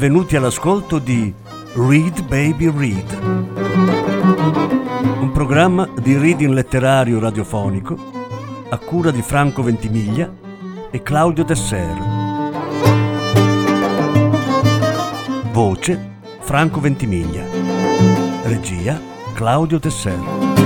benvenuti all'ascolto di Read Baby Read, un programma di reading letterario radiofonico a cura di Franco Ventimiglia e Claudio Desser. Voce Franco Ventimiglia. Regia Claudio Desser.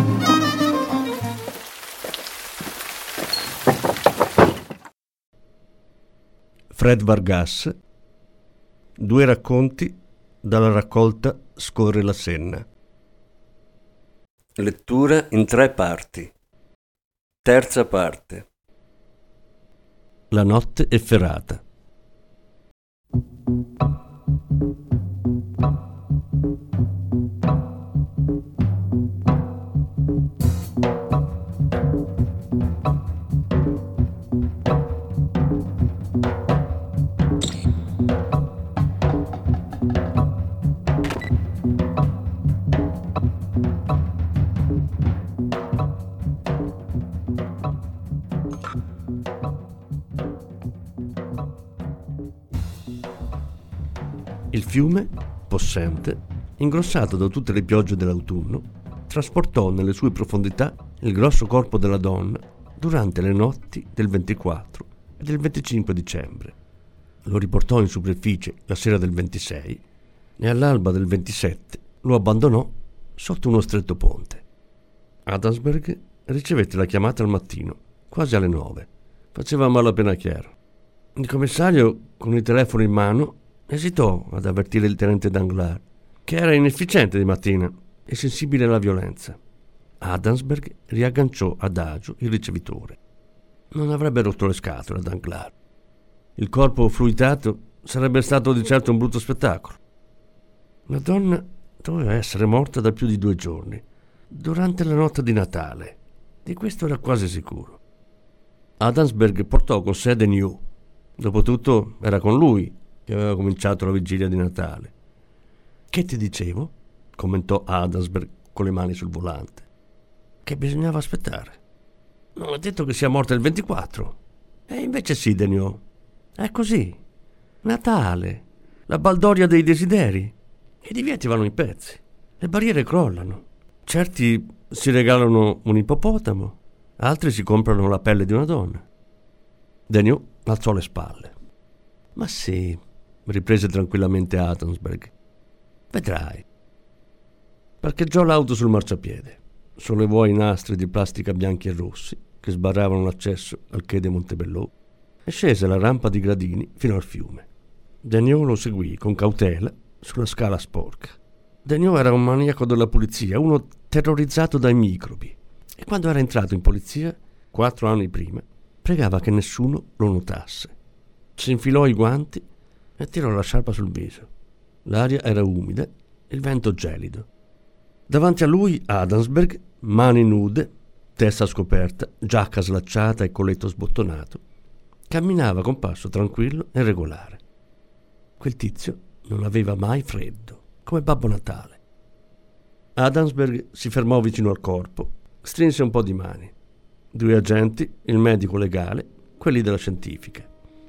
Fred Vargas. Due racconti dalla raccolta Scorre la Senna. Lettura in 3 parti. Terza parte. La notte efferata. Il fiume, possente, ingrossato da tutte le piogge dell'autunno, trasportò nelle sue profondità il grosso corpo della donna durante le notti del 24 e del 25 dicembre. Lo riportò in superficie la sera del 26 e all'alba del 27 lo abbandonò sotto uno stretto ponte. Adamsberg ricevette la chiamata al mattino, quasi alle 9. Faceva malapena chiaro. Il commissario, con il telefono in mano, esitò ad avvertire il tenente Danglars, che era inefficiente di mattina e sensibile alla violenza. Adamsberg riagganciò adagio il ricevitore. Non avrebbe rotto le scatole a Danglars. Il corpo fluidato sarebbe stato di certo un brutto spettacolo. La donna doveva essere morta da più di 2 giorni, durante la notte di Natale. Di questo era quasi sicuro. Adamsberg portò con sé Denio. Dopotutto era con lui che aveva cominciato la vigilia di Natale. «Che ti dicevo?» commentò Adamsberg con le mani sul volante. «Che bisognava aspettare. Non è detto che sia morta il 24. E invece sì, Denio. È così. Natale, la baldoria dei desideri. I divieti vanno in pezzi. Le barriere crollano. Certi si regalano un ippopotamo, altri si comprano la pelle di una donna». Denio alzò le spalle. «Ma sì», riprese tranquillamente Adamsberg. «Vedrai». Parcheggiò l'auto sul marciapiede, sollevò i nastri di plastica bianchi e rossi che sbarravano l'accesso al quai de Montebello e scese la rampa di gradini fino al fiume. Denio lo seguì con cautela sulla scala sporca. Denio era un maniaco della pulizia, uno terrorizzato dai microbi, e quando era entrato in polizia 4 anni prima pregava che nessuno lo notasse. Si infilò i guanti e tirò la sciarpa sul viso. L'aria era umida e il vento gelido. Davanti a lui Adamsberg, mani nude, testa scoperta, giacca slacciata e colletto sbottonato, camminava con passo tranquillo e regolare. Quel tizio non aveva mai freddo, come Babbo Natale. Adamsberg si fermò vicino al corpo, strinse un po' di mani. 2 agenti, il medico legale, quelli della scientifica.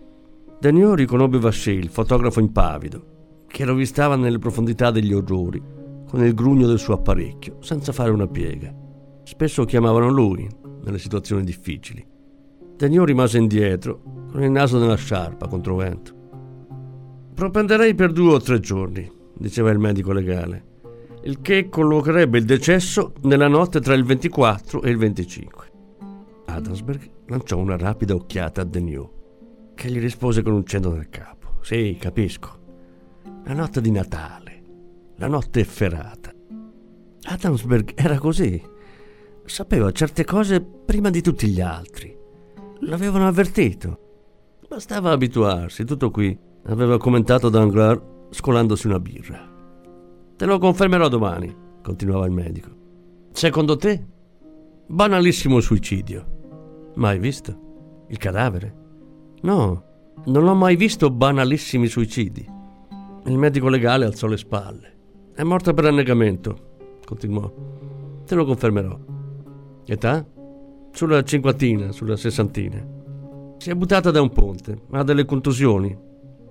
Denio riconobbe Vacher, il fotografo impavido, che rovistava nelle profondità degli orrori con il grugno del suo apparecchio, senza fare una piega. Spesso chiamavano lui nelle situazioni difficili. Denio rimase indietro, con il naso nella sciarpa, controvento. «Propenderei per 2 o 3 giorni», diceva il medico legale, il che collocherebbe il decesso nella notte tra il 24 e il 25. Adamsberg lanciò una rapida occhiata a Denio, che gli rispose con un cenno del capo. «Sì, capisco. La notte di Natale, la notte efferata». Adamsberg era così. Sapeva certe cose prima di tutti gli altri. L'avevano avvertito. Bastava abituarsi, tutto qui, aveva commentato Danglars scolandosi una birra. «Te lo confermerò domani», continuava il medico. «Secondo te? Banalissimo suicidio. Mai visto? Il cadavere? No, non ho mai visto banalissimi suicidi». Il medico legale alzò le spalle. «È morta per annegamento», continuò. «Te lo confermerò». «Età?» «Sulla 50, sulla 60. Si è buttata da un ponte, ha delle contusioni».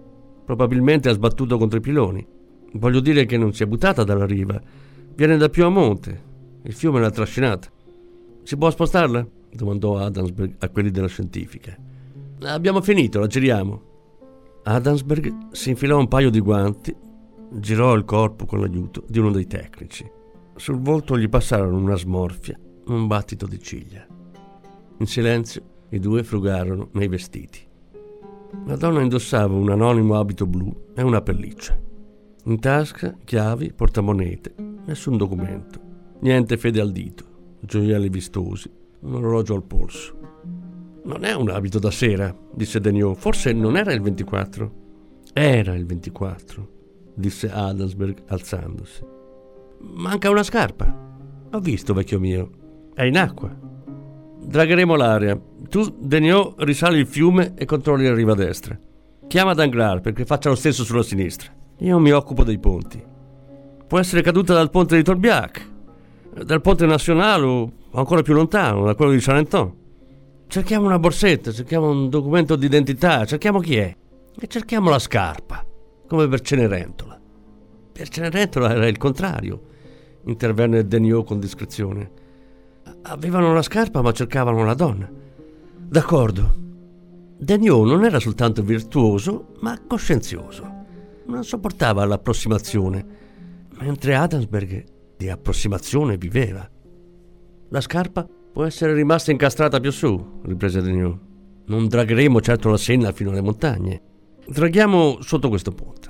Probabilmente ha sbattuto contro i piloni. Voglio dire che non si è buttata dalla riva. Viene da più a monte. Il fiume l'ha trascinata. Si può spostarla? Domandò Adamsberg a quelli della scientifica. Abbiamo finito, la giriamo. Adamsberg si infilò un paio di guanti, girò il corpo con l'aiuto di uno dei tecnici. Sul volto gli passarono una smorfia, un battito di ciglia. In silenzio i due frugarono nei vestiti. La donna indossava un anonimo abito blu e una pelliccia. In tasca chiavi, portamonete, nessun documento, niente fede al dito, gioielli vistosi, un orologio al polso. Non è un abito da sera, disse Deniot. Forse non era il 24. Era il 24, disse Adamsberg alzandosi. Manca una scarpa. Ho visto, vecchio mio. È in acqua. Dragheremo l'area. Tu, Deniot, risali il fiume e controlli la riva destra. Chiama Danglars perché faccia lo stesso sulla sinistra. Io mi occupo dei ponti. Può essere caduta dal ponte di Tolbiac, dal ponte National o ancora più lontano, da quello di Charenton. Cerchiamo una borsetta, cerchiamo un documento d'identità, cerchiamo chi è. E cerchiamo la scarpa, come per Cenerentola. Per Cenerentola era il contrario, intervenne Deniot con discrezione. Avevano la scarpa ma cercavano la donna. D'accordo. Deniot non era soltanto virtuoso, ma coscienzioso. Non sopportava l'approssimazione, mentre Adamsberg di approssimazione viveva. La scarpa può essere rimasta incastrata più su, riprese Deniot. Non dragheremo certo la Senna fino alle montagne. Draghiamo sotto questo ponte.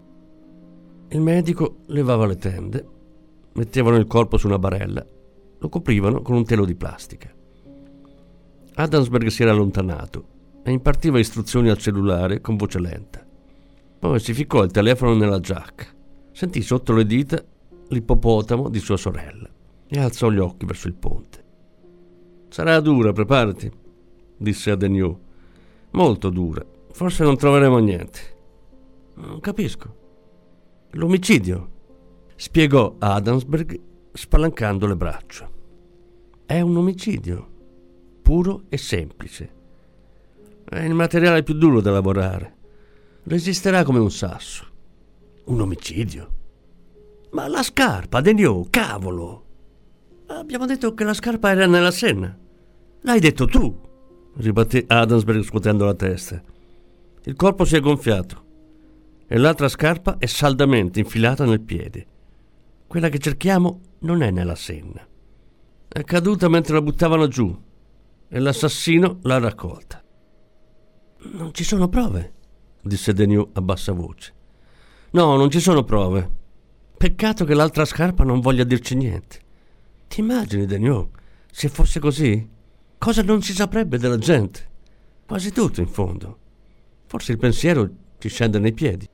Il medico levava le tende, mettevano il corpo su una barella, lo coprivano con un telo di plastica. Adamsberg si era allontanato e impartiva istruzioni al cellulare con voce lenta. Poi si ficcò il telefono nella giacca, sentì sotto le dita l'ippopotamo di sua sorella e alzò gli occhi verso il ponte. Sarà dura, preparati, disse a Deniot. Molto dura. Forse non troveremo niente. Non capisco. L'omicidio, spiegò Adamsberg spalancando le braccia. È un omicidio, puro e semplice. È il materiale più duro da lavorare. Resisterà come un sasso. Un omicidio? Ma la scarpa, Deniot, cavolo! Abbiamo detto che la scarpa era nella Senna. L'hai detto tu, ribatté Adamsberg scuotendo la testa. Il corpo si è gonfiato e l'altra scarpa è saldamente infilata nel piede. Quella che cerchiamo non è nella Senna. È caduta mentre la buttavano giù e l'assassino l'ha raccolta. Non ci sono prove, disse Deniot a bassa voce. No, non ci sono prove. Peccato che l'altra scarpa non voglia dirci niente. Ti immagini, Deniot, se fosse così? Cosa non si saprebbe della gente? Quasi tutto, in fondo. Forse il pensiero ci scende nei piedi.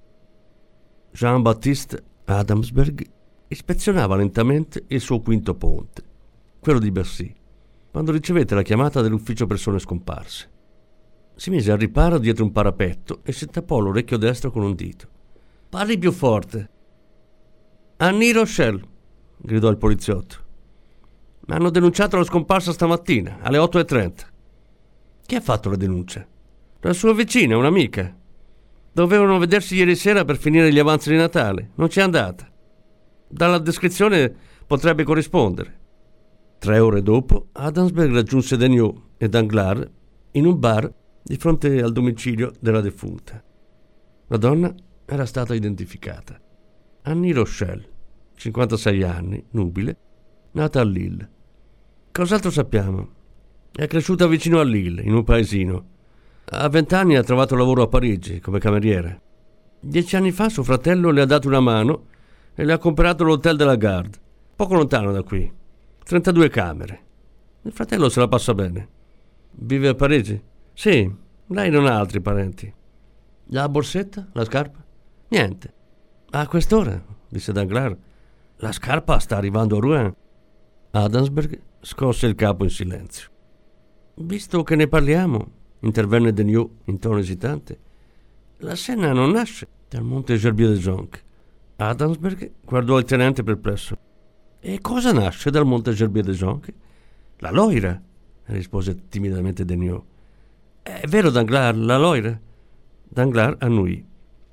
Jean-Baptiste Adamsberg ispezionava lentamente il suo quinto ponte, quello di Bercy, quando ricevette la chiamata dell'ufficio persone scomparse. Si mise al riparo dietro un parapetto e si tappò l'orecchio destro con un dito. Parli più forte. Annie Rochelle, gridò il poliziotto. Hanno denunciato la scomparsa stamattina, alle 8:30. Chi ha fatto la denuncia? La sua vicina, un'amica. Dovevano vedersi ieri sera per finire gli avanzi di Natale. Non c'è andata. Dalla descrizione potrebbe corrispondere. 3 ore dopo, Adamsberg raggiunse Deniot e Danglars in un bar di fronte al domicilio della defunta. La donna era stata identificata. Annie Rochelle, 56 anni, nubile, nata a Lille. Cos'altro sappiamo? È cresciuta vicino a Lille, in un paesino. A 20 anni ha trovato lavoro a Parigi come cameriera. 10 anni fa suo fratello le ha dato una mano e le ha comprato l'Hotel de la Garde, poco lontano da qui. 32 camere. Il fratello se la passa bene. Vive a Parigi? Sì, lei non ha altri parenti. La borsetta? La scarpa? Niente. A quest'ora, disse Danglars, la scarpa sta arrivando a Rouen. Adamsberg scosse il capo in silenzio. Visto che ne parliamo, intervenne Deniot in tono esitante, la Senna non nasce dal monte Gerbier-des-Jonques. Adamsberg guardò il tenente perplesso. E cosa nasce dal monte Gerbier-des-Jonques? La Loira, rispose timidamente Deniot. È vero, Danglars, la Loira? Danglars annuì.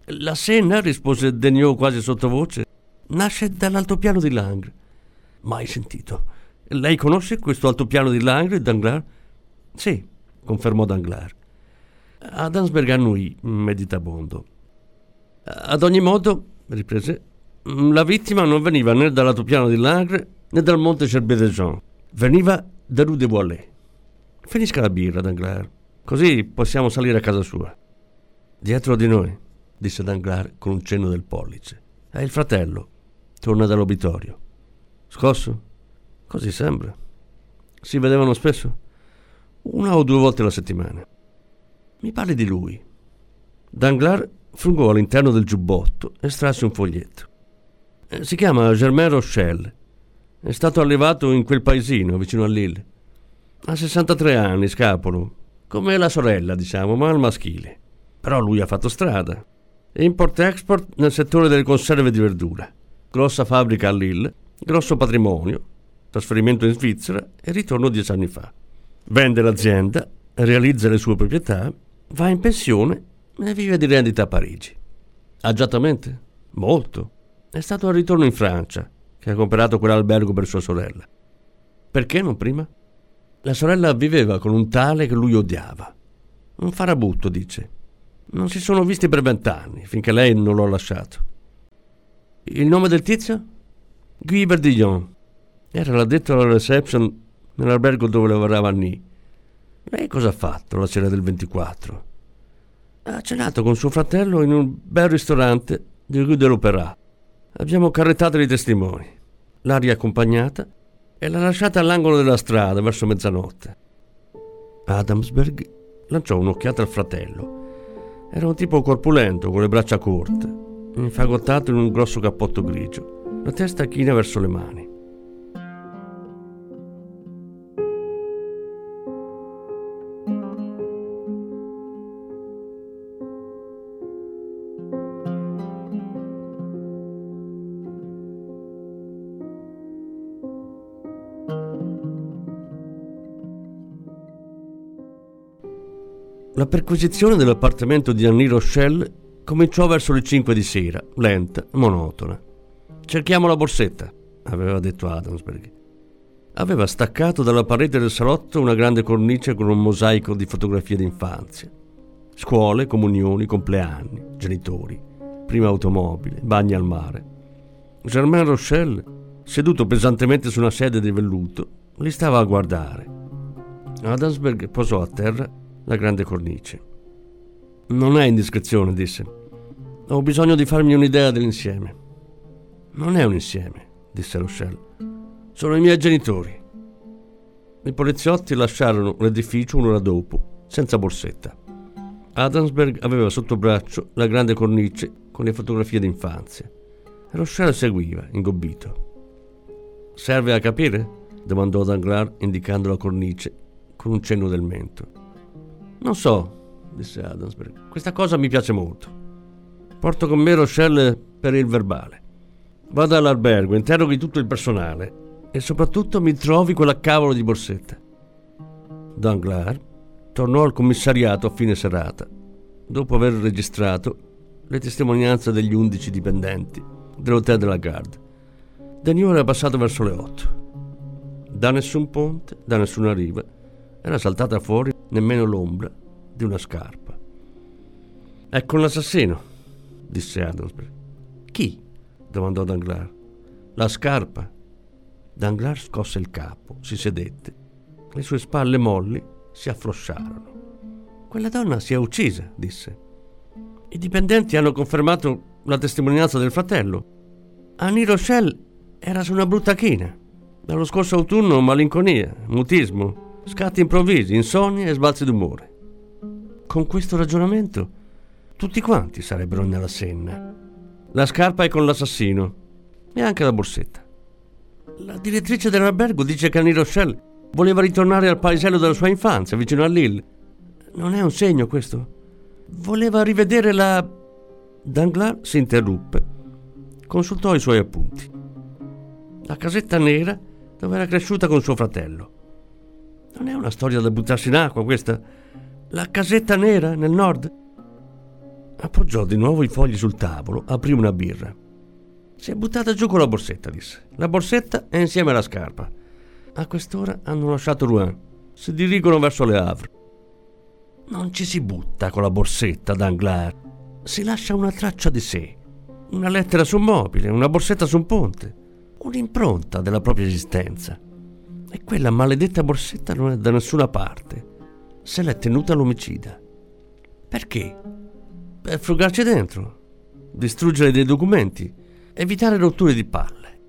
La Senna, rispose Deniot quasi sottovoce, nasce dall'altopiano di Langres. Mai sentito. Lei conosce questo altopiano di Langres, Danglars? Sì, confermò Danglars. Adamsberg annui, meditabondo. Ad ogni modo, riprese, la vittima non veniva né dall'altopiano di Langres né dal monte Cerbier-des-Jean. Veniva da Rue de Boilet. Finisca la birra, Danglars, così possiamo salire a casa sua. Dietro di noi, disse Danglars con un cenno del pollice. È il fratello. Torna dall'obitorio. Scosso? Così sembra. Si vedevano spesso? 1 o 2 volte alla settimana. Mi parli di lui. Danglars frugò all'interno del giubbotto e estrasse un foglietto. Si chiama Germain Rochelle. È stato allevato in quel paesino vicino a Lille. Ha 63 anni, scapolo. Come la sorella, diciamo, ma al maschile. Però lui ha fatto strada. Import-export nel settore delle conserve di verdura. Grossa fabbrica a Lille, grosso patrimonio, trasferimento in Svizzera e ritorno 10 anni fa. Vende l'azienda, realizza le sue proprietà, va in pensione e vive di rendita a Parigi. Agiatamente? Molto. È stato al ritorno in Francia, che ha comprato quell'albergo per sua sorella. Perché non prima? La sorella viveva con un tale che lui odiava. Un farabutto, dice. Non si sono visti per 20 anni, finché lei non l'ha lasciato. Il nome del tizio? Guy Verdillon. Era l'addetto alla reception nell'albergo dove lavorava Annie. Lei cosa ha fatto la sera del 24? Ha cenato con suo fratello in un bel ristorante di Rue de l'Opéra. Abbiamo carrettato i testimoni. L'ha riaccompagnata e l'ha lasciata all'angolo della strada verso mezzanotte. Adamsberg lanciò un'occhiata al fratello. Era un tipo corpulento, con le braccia corte, infagottato in un grosso cappotto grigio, la testa china verso le mani. La perquisizione dell'appartamento di Annie Rochelle cominciò verso le 5 di sera, lenta, monotona. «Cerchiamo la borsetta», aveva detto Adamsberg. Aveva staccato dalla parete del salotto una grande cornice con un mosaico di fotografie d'infanzia. Scuole, comunioni, compleanni, genitori, prima automobile, bagni al mare. Germain Rochelle, seduto pesantemente su una sedia di velluto, li stava a guardare. Adamsberg posò a terra la grande cornice. «Non è indiscrezione», disse. «Ho bisogno di farmi un'idea dell'insieme». «Non è un insieme», disse Rochelle. «Sono i miei genitori». I poliziotti lasciarono l'edificio un'ora dopo, senza borsetta. Adamsberg aveva sotto braccio la grande cornice con le fotografie d'infanzia. Rochelle seguiva, ingobbito. «Serve a capire?» domandò Danglars, indicando la cornice con un cenno del mento. «Non so», disse Adamsberg. «Questa cosa mi piace molto. Porto con me Rochelle per il verbale. Vada all'albergo, interroghi tutto il personale e soprattutto mi trovi quella cavolo di borsetta». Danglars tornò al commissariato a fine serata, dopo aver registrato le testimonianze degli 11 dipendenti dell'Hotel de la Garde. Deniot era passato verso le 8. Da nessun ponte, da nessuna riva, era saltata fuori nemmeno l'ombra di una scarpa. «È con l'assassino», disse Adamsberg. «Chi?» domandò Danglars. «La scarpa». Danglars scosse il capo, si sedette. Le sue spalle molli si afflosciarono. «Quella donna si è uccisa», disse. «I dipendenti hanno confermato la testimonianza del fratello. Annie Rochelle era su una brutta china. Dallo scorso autunno malinconia, mutismo, scatti improvvisi, insonnia e sbalzi d'umore. Con questo ragionamento tutti quanti sarebbero nella Senna. La scarpa è con l'assassino e anche la borsetta. La direttrice dell'albergo dice che Annie Rochelle voleva ritornare al paesello della sua infanzia, vicino a Lille. Non è un segno questo? Voleva rivedere la...» Danglars si interruppe. Consultò i suoi appunti. La casetta nera dove era cresciuta con suo fratello. Non è una storia da buttarsi in acqua questa? La casetta nera nel nord? Appoggiò di nuovo i fogli sul tavolo, aprì una birra. Si è buttata giù con la borsetta, disse. La borsetta è insieme alla scarpa. A quest'ora hanno lasciato Rouen. Si dirigono verso Le Havre. Non ci si butta con la borsetta, Danglars. Si lascia una traccia di sé. Una lettera su un mobile, una borsetta su un ponte. Un'impronta della propria esistenza. E quella maledetta borsetta non è da nessuna parte. Se l'è tenuta l'omicida. Perché? Per frugarci dentro. Distruggere dei documenti. Evitare rotture di palle.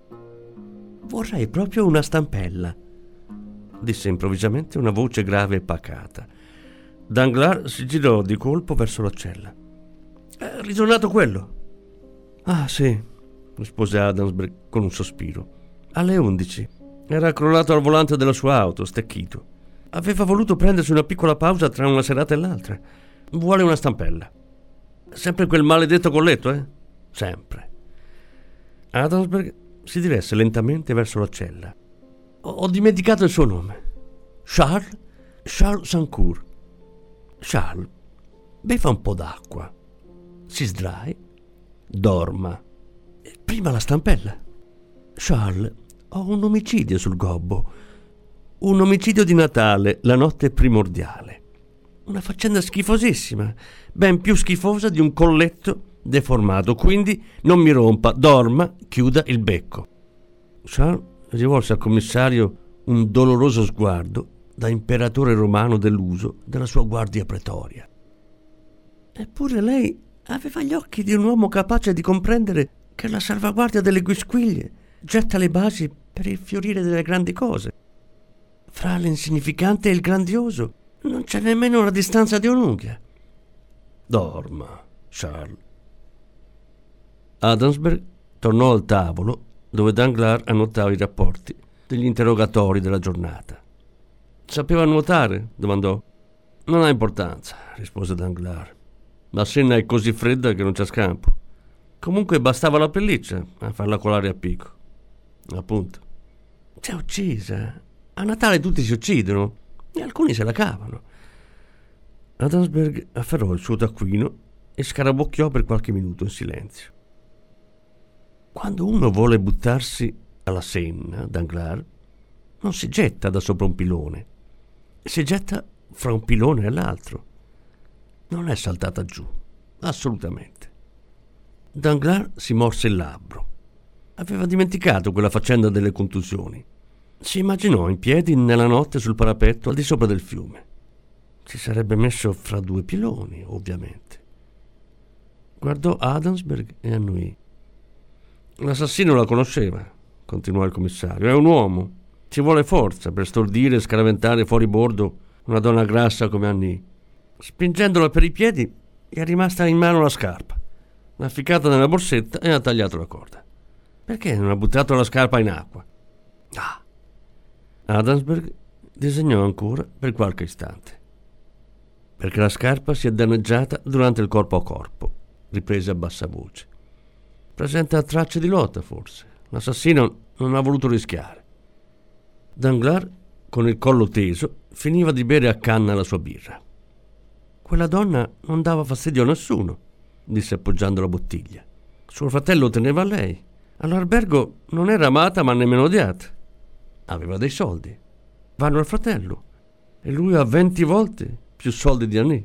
Vorrei proprio una stampella, disse improvvisamente una voce grave e pacata. Danglars si girò di colpo verso la cella. È ritornato quello? Ah, sì, rispose Adamsberg con un sospiro. Alle 11. Era crollato al volante della sua auto, stecchito. Aveva voluto prendersi una piccola pausa tra una serata e l'altra. Vuole una stampella. Sempre quel maledetto colletto, eh? Sempre. Adamsberg si diresse lentamente verso la cella. Ho dimenticato il suo nome. Charles Sancourt. Charles, beva un po' d'acqua. Si sdrai. Dorma. Prima la stampella. Charles, ho un omicidio sul gobbo. Un omicidio di Natale, la notte primordiale. Una faccenda schifosissima, ben più schifosa di un colletto deformato, quindi non mi rompa, dorma, chiuda il becco. Charles rivolse al commissario un doloroso sguardo da imperatore romano deluso della sua guardia pretoria. Eppure lei aveva gli occhi di un uomo capace di comprendere che la salvaguardia delle guisquiglie getta le basi per il fiorire delle grandi cose. Fra l'insignificante e il grandioso non c'è nemmeno la distanza di un'unghia. Dorma, Charles. Adamsberg tornò al tavolo dove Danglars annotava i rapporti degli interrogatori della giornata. Sapeva nuotare? Domandò. Non ha importanza, rispose Danglars. La Senna è così fredda che non c'è scampo. Comunque bastava la pelliccia a farla colare a picco. Appunto. Si è uccisa. A Natale tutti si uccidono e alcuni se la cavano. Adamsberg afferrò il suo taccuino e scarabocchiò per qualche minuto in silenzio. Quando uno vuole buttarsi alla Senna, Danglars, non si getta da sopra un pilone, si getta fra un pilone e l'altro. Non è saltata giù, assolutamente. Danglars si morse il labbro. Aveva dimenticato quella faccenda delle contusioni. Si immaginò in piedi nella notte sul parapetto al di sopra del fiume. Si sarebbe messo fra due piloni, ovviamente. Guardò Adamsberg e annuì. L'assassino la conosceva, continuò il commissario. È un uomo. Ci vuole forza per stordire e scaraventare fuori bordo una donna grassa come Annie. Spingendola per i piedi, gli è rimasta in mano la scarpa. L'ha ficcata nella borsetta e ha tagliato la corda. Perché non ha buttato la scarpa in acqua? Ah! Adamsberg disegnò ancora per qualche istante. Perché la scarpa si è danneggiata durante il corpo a corpo, riprese a bassa voce. Presenta tracce di lotta, forse. L'assassino non ha voluto rischiare. Danglars, con il collo teso, finiva di bere a canna la sua birra. Quella donna non dava fastidio a nessuno, disse appoggiando la bottiglia. Suo fratello teneva a lei. All'albergo non era amata ma nemmeno odiata. Aveva dei soldi. Vanno al fratello. E lui ha 20 volte più soldi di Annie.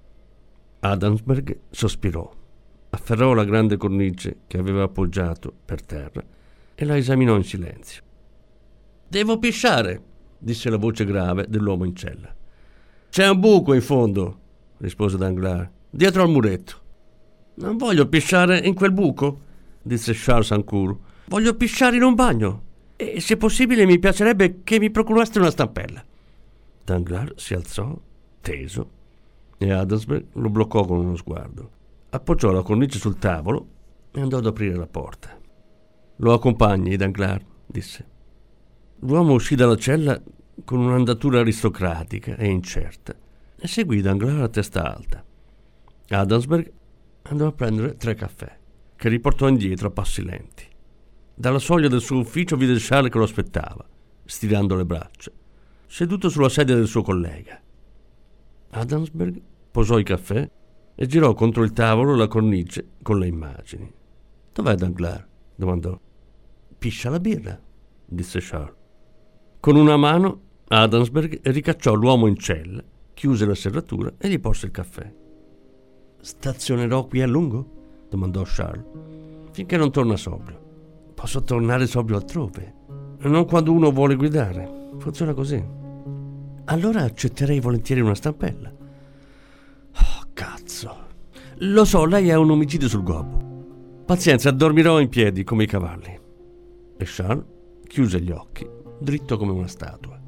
Adamsberg sospirò. Afferrò la grande cornice che aveva appoggiato per terra e la esaminò in silenzio. «Devo pisciare», disse la voce grave dell'uomo in cella. «C'è un buco in fondo», rispose Danglars, «dietro al muretto». «Non voglio pisciare in quel buco», disse Charles Sancourt. «Voglio pisciare in un bagno e, se possibile, mi piacerebbe che mi procuraste una stampella». Danglars si alzò, teso, e Adamsberg lo bloccò con uno sguardo. Appoggiò la cornice sul tavolo e andò ad aprire la porta. «Lo accompagni, Danglars», disse. L'uomo uscì dalla cella con un'andatura aristocratica e incerta e seguì Danglars a testa alta. Adamsberg andò a prendere 3 caffè, che riportò indietro a passi lenti. Dalla soglia del suo ufficio vide Charles che lo aspettava, stirando le braccia, seduto sulla sedia del suo collega. Adamsberg posò i caffè e girò contro il tavolo la cornice con le immagini. «Dov'è Danglars?» domandò. «Piscia la birra», disse Charles. Con una mano Adamsberg ricacciò l'uomo in cella, chiuse la serratura e gli porse il caffè. «Stazionerò qui a lungo?» domandò Charles. «Finché non torna sobrio. Posso tornare sobrio altrove, non quando uno vuole guidare. Funziona così. Allora accetterei volentieri una stampella». «Oh, cazzo! Lo so, lei è un omicidio sul gobbo. Pazienza, dormirò in piedi come i cavalli». E Charles chiuse gli occhi, dritto come una statua.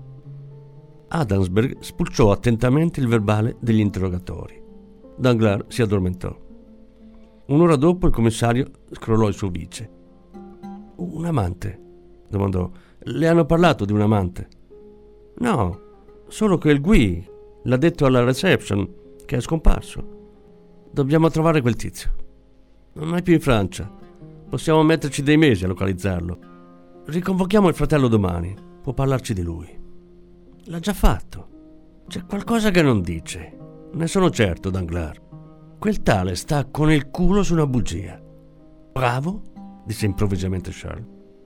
Adamsberg spulciò attentamente il verbale degli interrogatori. Danglars si addormentò. Un'ora dopo il commissario scrollò il suo vice. «Un amante?» domandò. «Le hanno parlato di un amante?» «No, solo che il Gui l'ha detto alla reception che è scomparso. Dobbiamo trovare quel tizio. Non è più in Francia. Possiamo metterci dei mesi a localizzarlo. Riconvochiamo il fratello domani. Può parlarci di lui». «L'ha già fatto. C'è qualcosa che non dice. Ne sono certo, Danglars. Quel tale sta con il culo su una bugia». «Bravo», disse improvvisamente Charles.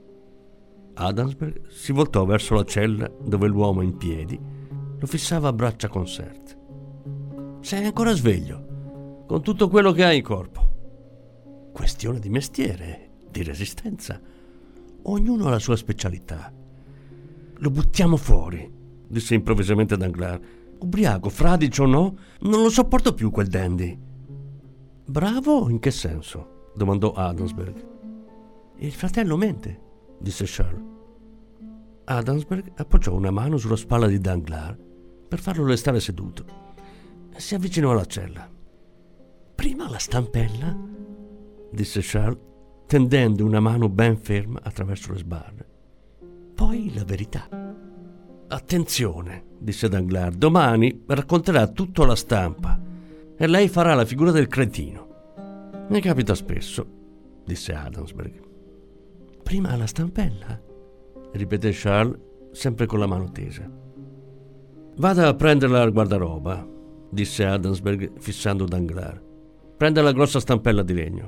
Adamsberg si voltò verso la cella dove l'uomo in piedi lo fissava a braccia conserte. «Sei ancora sveglio, con tutto quello che hai in corpo. Questione di mestiere, di resistenza. Ognuno ha la sua specialità. Lo buttiamo fuori», disse improvvisamente Danglars. «Ubriaco, fradicio o no, non lo sopporto più quel dandy». «Bravo in che senso?» domandò Adamsberg. «Il fratello mente», disse Charles. Adamsberg appoggiò una mano sulla spalla di Danglars per farlo restare seduto e si avvicinò alla cella. «Prima la stampella», disse Charles, tendendo una mano ben ferma attraverso le sbarre. «Poi la verità». «Attenzione», disse Danglars, «domani racconterà tutto alla stampa e lei farà la figura del cretino». «Mi capita spesso», disse Adamsberg. «Prima la stampella», ripeté Charles, sempre con la mano tesa. «Vada a prenderla al guardaroba», disse Adamsberg fissando Danglars. «Prenda la grossa stampella di legno».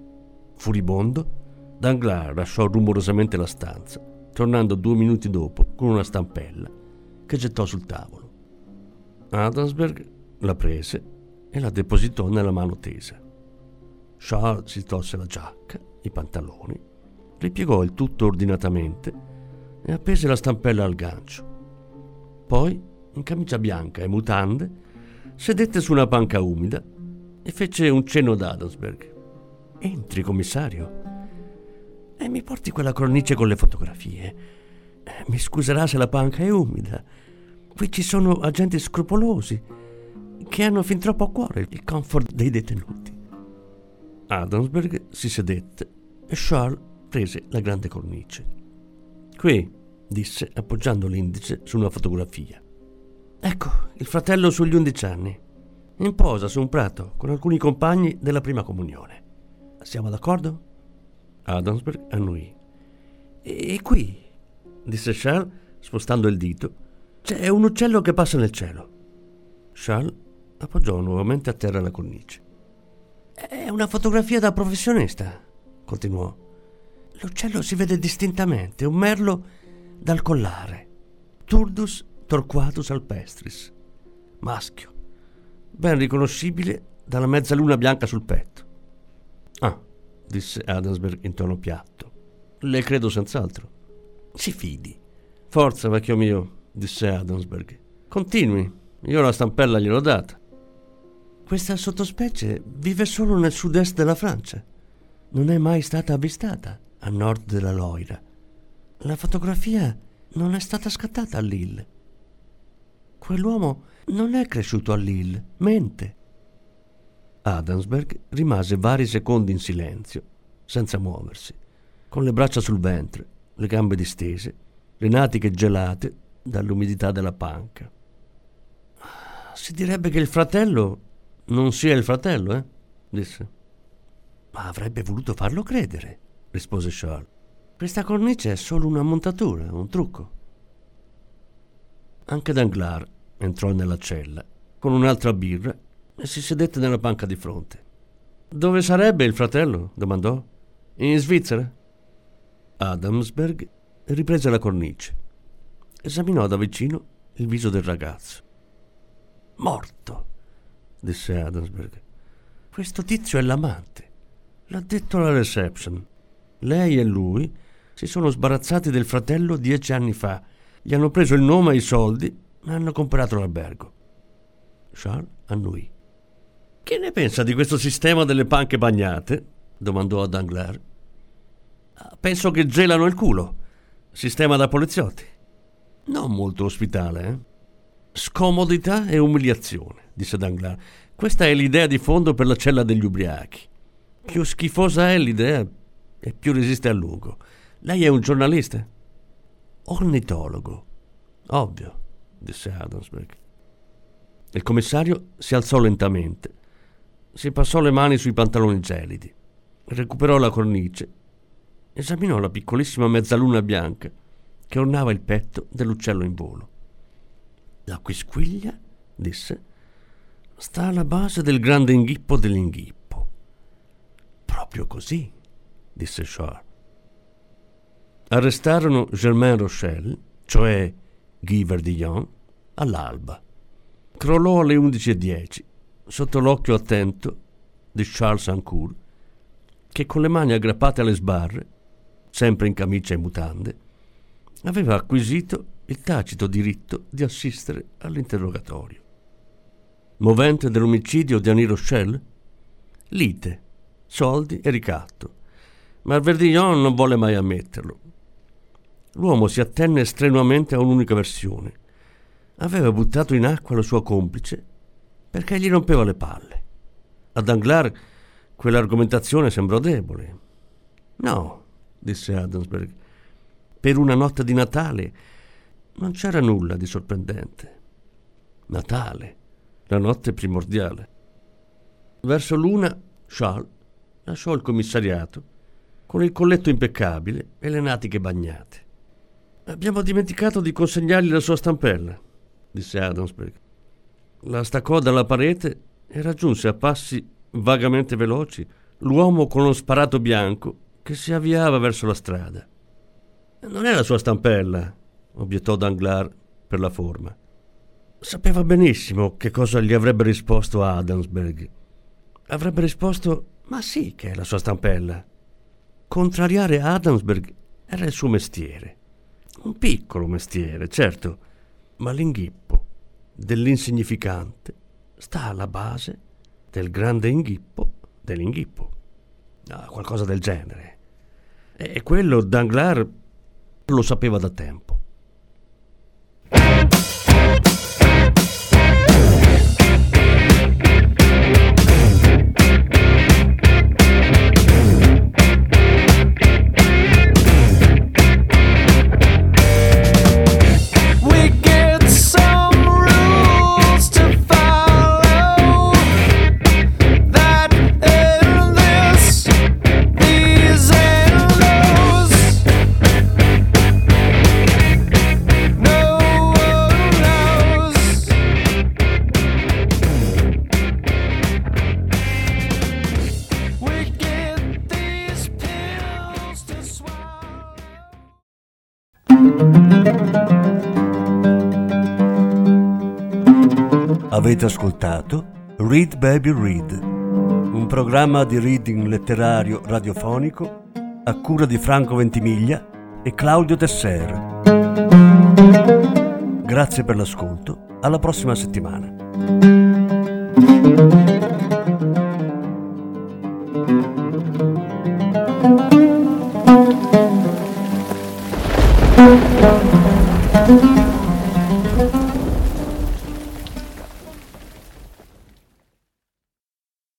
Furibondo, Danglars lasciò rumorosamente la stanza, tornando 2 minuti dopo con una stampella che gettò sul tavolo. Adamsberg la prese e la depositò nella mano tesa. Charles si tolse la giacca, i pantaloni, ripiegò il tutto ordinatamente e appese la stampella al gancio. Poi, in camicia bianca e mutande, sedette su una panca umida e fece un cenno ad Adamsberg. «Entri, commissario, e mi porti quella cornice con le fotografie. Mi scuserà se la panca è umida. Qui ci sono agenti scrupolosi che hanno fin troppo a cuore il comfort dei detenuti». Adamsberg si sedette e Charles prese la grande cornice. «Qui», disse appoggiando l'indice su una fotografia. «Ecco, il fratello sugli 11 anni, in posa su un prato con alcuni compagni della prima comunione. Siamo d'accordo?» Adamsberg annuì. «E qui», disse Charles spostando il dito, «c'è un uccello che passa nel cielo». Charles appoggiò nuovamente a terra la cornice. «È una fotografia da professionista», continuò. «L'uccello si vede distintamente, un merlo dal collare. Turdus torquatus alpestris. Maschio. Ben riconoscibile dalla mezzaluna bianca sul petto». «Ah», disse Adamsberg in tono piatto. «Le credo senz'altro». «Si fidi». «Forza, vecchio mio», disse Adamsberg. «Continui, io la stampella gliel'ho data». «Questa sottospecie vive solo nel sud-est della Francia. Non è mai stata avvistata a nord della Loira. La fotografia non è stata scattata a Lille. Quell'uomo non è cresciuto a Lille, mente». Adamsberg rimase vari secondi in silenzio, senza muoversi, con le braccia sul ventre, le gambe distese, le natiche gelate dall'umidità della panca. «Si direbbe che il fratello non sia il fratello, disse. «Ma avrebbe voluto farlo credere», rispose Charles. «Questa cornice è solo una montatura, un trucco». Anche Danglars entrò nella cella con un'altra birra e si sedette nella panca di fronte. «Dove sarebbe il fratello?» domandò. «In Svizzera?» Adamsberg riprese la cornice. Esaminò da vicino il viso del ragazzo. «Morto», disse Adamsberg. «Questo tizio è l'amante. L'ha detto alla reception. Lei e lui si sono sbarazzati del fratello 10 anni fa. Gli hanno preso il nome e i soldi e hanno comprato l'albergo». Charles annuì. «Che ne pensa di questo sistema delle panche bagnate?» domandò a Danglars. «Penso che gelano il culo. Sistema da poliziotti. Non molto ospitale, eh?» «Scomodità e umiliazione», disse Danglars. «Questa è l'idea di fondo per la cella degli ubriachi. Più schifosa è l'idea e più resiste a lungo. Lei è un giornalista?» «Ornitologo». «Ovvio», disse Adamsberg. Il commissario si alzò lentamente, si passò le mani sui pantaloni gelidi, recuperò la cornice, esaminò la piccolissima mezzaluna bianca che ornava il petto dell'uccello in volo. «La quisquiglia», disse, «sta alla base del grande inghippo dell'inghippo». «Proprio così», disse Charles. Arrestarono Germain Rochelle, cioè Guy Verdillon, all'alba. Crollò alle 11:10, sotto l'occhio attento di Charles Sancourt, che con le mani aggrappate alle sbarre, sempre in camicia e mutande, aveva acquisito il tacito diritto di assistere all'interrogatorio. Movente dell'omicidio di Annie Rochelle? Lite, soldi e ricatto, ma Verdillon non volle mai ammetterlo. L'uomo si attenne strenuamente a un'unica versione. Aveva buttato in acqua la sua complice perché gli rompeva le palle. A Danglars quell'argomentazione sembrò debole. «No», disse Adamsberg, «per una notte di Natale non c'era nulla di sorprendente. Natale, la notte primordiale». Verso l'una, Charles lasciò il commissariato con il colletto impeccabile e le natiche bagnate. «Abbiamo dimenticato di consegnargli la sua stampella», disse Adamsberg. La staccò dalla parete e raggiunse a passi vagamente veloci l'uomo con lo sparato bianco che si avviava verso la strada. «Non è la sua stampella», obiettò Danglars per la forma. Sapeva benissimo che cosa gli avrebbe risposto Adamsberg. Avrebbe risposto: «Ma sì che è la sua stampella». Contrariare Adamsberg era il suo mestiere. Un piccolo mestiere, certo, ma l'inghippo dell'insignificante sta alla base del grande inghippo dell'inghippo. Qualcosa del genere. E quello Danglars lo sapeva da tempo. Avete ascoltato Read Baby Read, un programma di reading letterario radiofonico a cura di Franco Ventimiglia e Claudio Tesser. Grazie per l'ascolto, alla prossima settimana.